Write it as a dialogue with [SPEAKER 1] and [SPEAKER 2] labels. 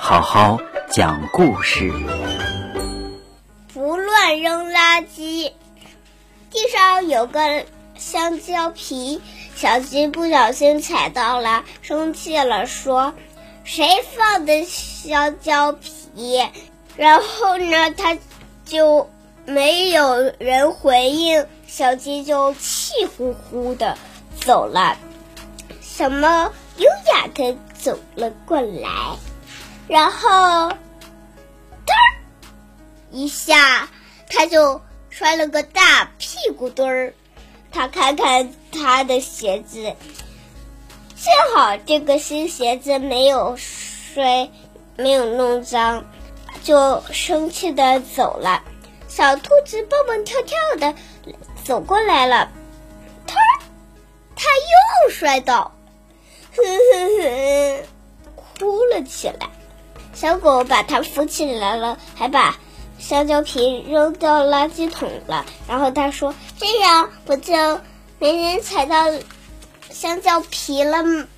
[SPEAKER 1] 好好讲故事。
[SPEAKER 2] 不乱扔垃圾。地上有个香蕉皮，小鸡不小心踩到了，生气了，说：“谁放的香蕉皮？”然后呢，他就没有人回应，小鸡就气呼呼的走了。小猫优雅地走了过来，然后一下他就摔了个大屁股墩儿。他看看他的鞋子，幸好这个新鞋子没有弄脏，就生气的走了。小兔子蹦蹦跳跳的走过来了，他又摔倒，哭了起来。小狗把它扶起来了，还把香蕉皮扔到垃圾桶了。然后他说：“这样不就没人踩到香蕉皮了